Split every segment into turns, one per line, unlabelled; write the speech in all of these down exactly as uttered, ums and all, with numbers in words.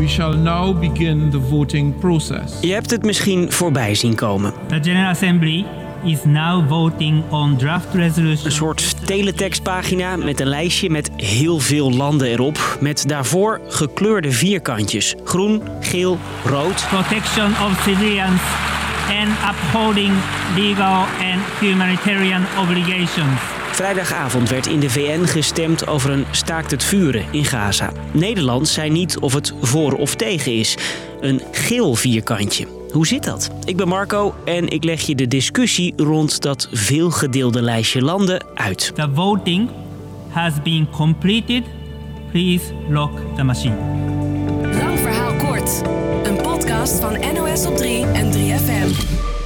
We shall now begin the voting process.
Je hebt het misschien voorbij zien komen.
The General Assembly is now voting on draft resolution.
Een soort teletextpagina met een lijstje met heel veel landen erop. Met daarvoor gekleurde vierkantjes. Groen, geel, rood.
Protection of civilians and upholding legal and humanitarian obligations.
Vrijdagavond werd in de V N gestemd over een staakt het vuren in Gaza. Nederland zei niet of het voor of tegen is. Een geel vierkantje. Hoe zit dat? Ik ben Marco en ik leg je de discussie rond dat veelgedeelde lijstje landen uit.
The voting has been completed. Please lock the machine.
Lang verhaal kort. Een podcast van N O S op drie en drie F M.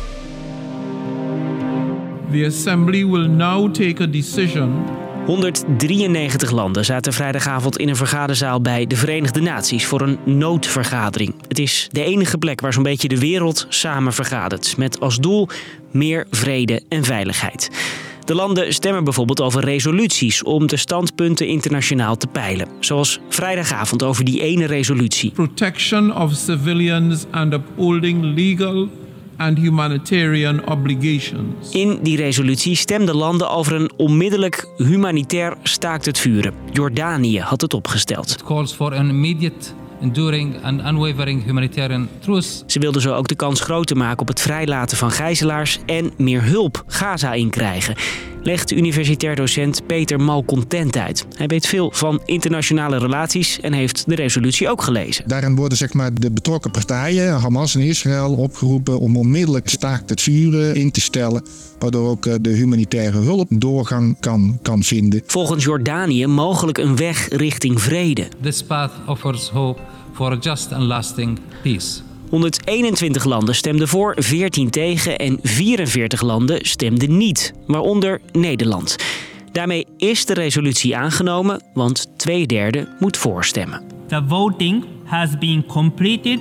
The Assembly will now take a decision.
honderddrieënnegentig landen zaten vrijdagavond in een vergaderzaal bij de Verenigde Naties voor een noodvergadering. Het is de enige plek waar zo'n beetje de wereld samen vergadert. Met als doel meer vrede en veiligheid. De landen stemmen bijvoorbeeld over resoluties om de standpunten internationaal te peilen. Zoals vrijdagavond over die ene resolutie.
Protection of civilians and upholding legal and humanitarian obligations.
In die resolutie stemden landen over een onmiddellijk humanitair staakt het vuren. Jordanië had het opgesteld.
It calls for an immediate, enduring and unwavering humanitarian truce.
Ze wilden zo ook de kans groter maken op het vrijlaten van gijzelaars en meer hulp Gaza inkrijgen. Legt universitair docent Peter Malcontent uit. Hij weet veel van internationale relaties en heeft de resolutie ook gelezen.
Daarin worden zeg maar, de betrokken partijen, Hamas en Israël, opgeroepen om onmiddellijk staakt het vuren in te stellen, waardoor ook de humanitaire hulp doorgang kan, kan vinden.
Volgens Jordanië mogelijk een weg richting vrede.
This path offers hope for a just and lasting peace.
honderdeenentwintig landen stemden voor, veertien tegen en vierenveertig landen stemden niet, waaronder Nederland. Daarmee is de resolutie aangenomen, want twee derde moet voorstemmen.
The voting has been completed.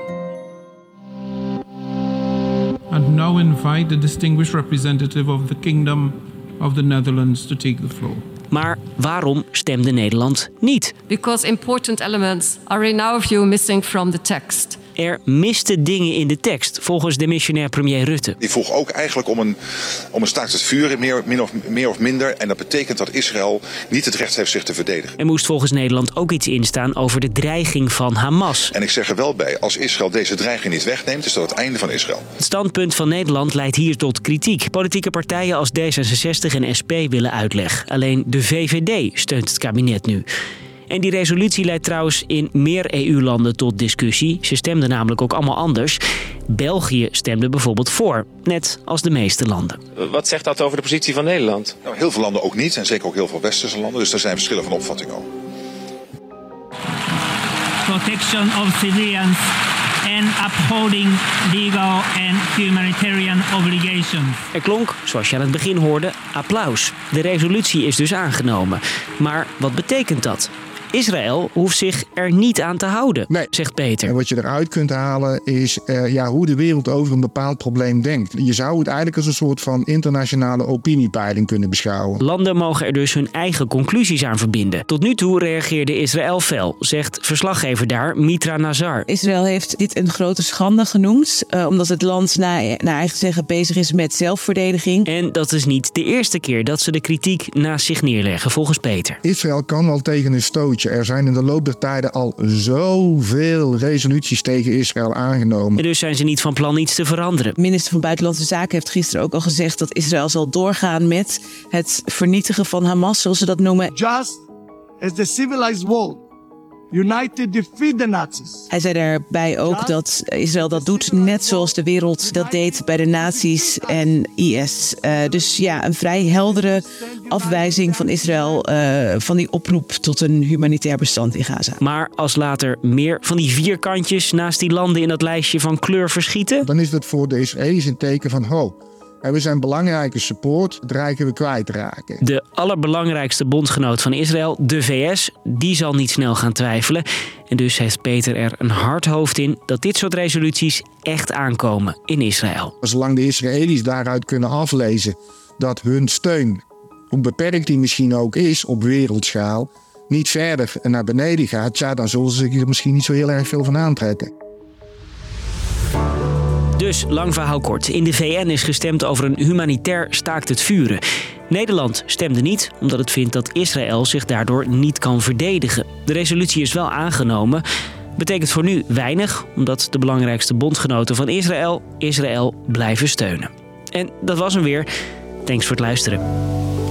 And now invite the distinguished representative of the Kingdom of the Netherlands to take the floor.
Maar waarom stemde Nederland niet?
Because important elements are in our view missing from the text.
Er misten dingen in de tekst, volgens de missionair premier Rutte.
Die vroeg ook eigenlijk om een, om een staakt het vuren, meer, meer, of, meer of minder. En dat betekent dat Israël niet het recht heeft zich te verdedigen.
Er moest volgens Nederland ook iets instaan over de dreiging van Hamas.
En ik zeg er wel bij, als Israël deze dreiging niet wegneemt, is dat het einde van Israël.
Het standpunt van Nederland leidt hier tot kritiek. Politieke partijen als D zesenzestig en S P willen uitleg. Alleen de V V D steunt het kabinet nu. En die resolutie leidt trouwens in meer E U-landen tot discussie. Ze stemden namelijk ook allemaal anders. België stemde bijvoorbeeld voor, net als de meeste landen.
Wat zegt dat over de positie van Nederland?
Nou, heel veel landen ook niet, en zeker ook heel veel westerse landen. Dus daar zijn verschillen van opvatting ook.
Protection of civilians and upholding legal and humanitarian obligations.
Er klonk, zoals je aan het begin hoorde, applaus. De resolutie is dus aangenomen. Maar wat betekent dat? Israël hoeft zich er niet aan te houden, nee. Zegt Peter.
En wat je eruit kunt halen is uh, ja, hoe de wereld over een bepaald probleem denkt. Je zou het eigenlijk als een soort van internationale opiniepeiling kunnen beschouwen.
Landen mogen er dus hun eigen conclusies aan verbinden. Tot nu toe reageerde Israël fel, zegt verslaggever daar Mitra Nazar.
Israël heeft dit een grote schande genoemd, uh, omdat het land naar, naar eigen zeggen bezig is met zelfverdediging.
En dat is niet de eerste keer dat ze de kritiek naast zich neerleggen, volgens Peter.
Israël kan wel tegen een stootje. Er zijn in de loop der tijden al zoveel resoluties tegen Israël aangenomen.
En dus zijn ze niet van plan iets te veranderen.
De minister van Buitenlandse Zaken heeft gisteren ook al gezegd dat Israël zal doorgaan met het vernietigen van Hamas, zoals ze dat noemen.
Just as the civilized world united defeat the Nazis.
Hij zei daarbij ook dat Israël dat doet net zoals de wereld dat deed bij de nazi's en I S. Uh, dus ja, een vrij heldere afwijzing van Israël uh, van die oproep tot een humanitair bestand in Gaza.
Maar als later meer van die vierkantjes naast die landen in dat lijstje van kleur verschieten,
dan is dat voor de Israëli's een teken van ho. En we zijn belangrijke support, dreigen we kwijt te raken.
De allerbelangrijkste bondgenoot van Israël, de V S, die zal niet snel gaan twijfelen. En dus heeft Peter er een hard hoofd in dat dit soort resoluties echt aankomen in Israël.
Zolang de Israëli's daaruit kunnen aflezen dat hun steun, hoe beperkt die misschien ook is op wereldschaal, niet verder naar beneden gaat, ja, dan zullen ze zich er misschien niet zo heel erg veel van aantrekken.
Dus, lang verhaal kort. In de V N is gestemd over een humanitair staakt het vuren. Nederland stemde niet, omdat het vindt dat Israël zich daardoor niet kan verdedigen. De resolutie is wel aangenomen. Betekent voor nu weinig, omdat de belangrijkste bondgenoten van Israël Israël blijven steunen. En dat was hem weer. Thanks voor het luisteren.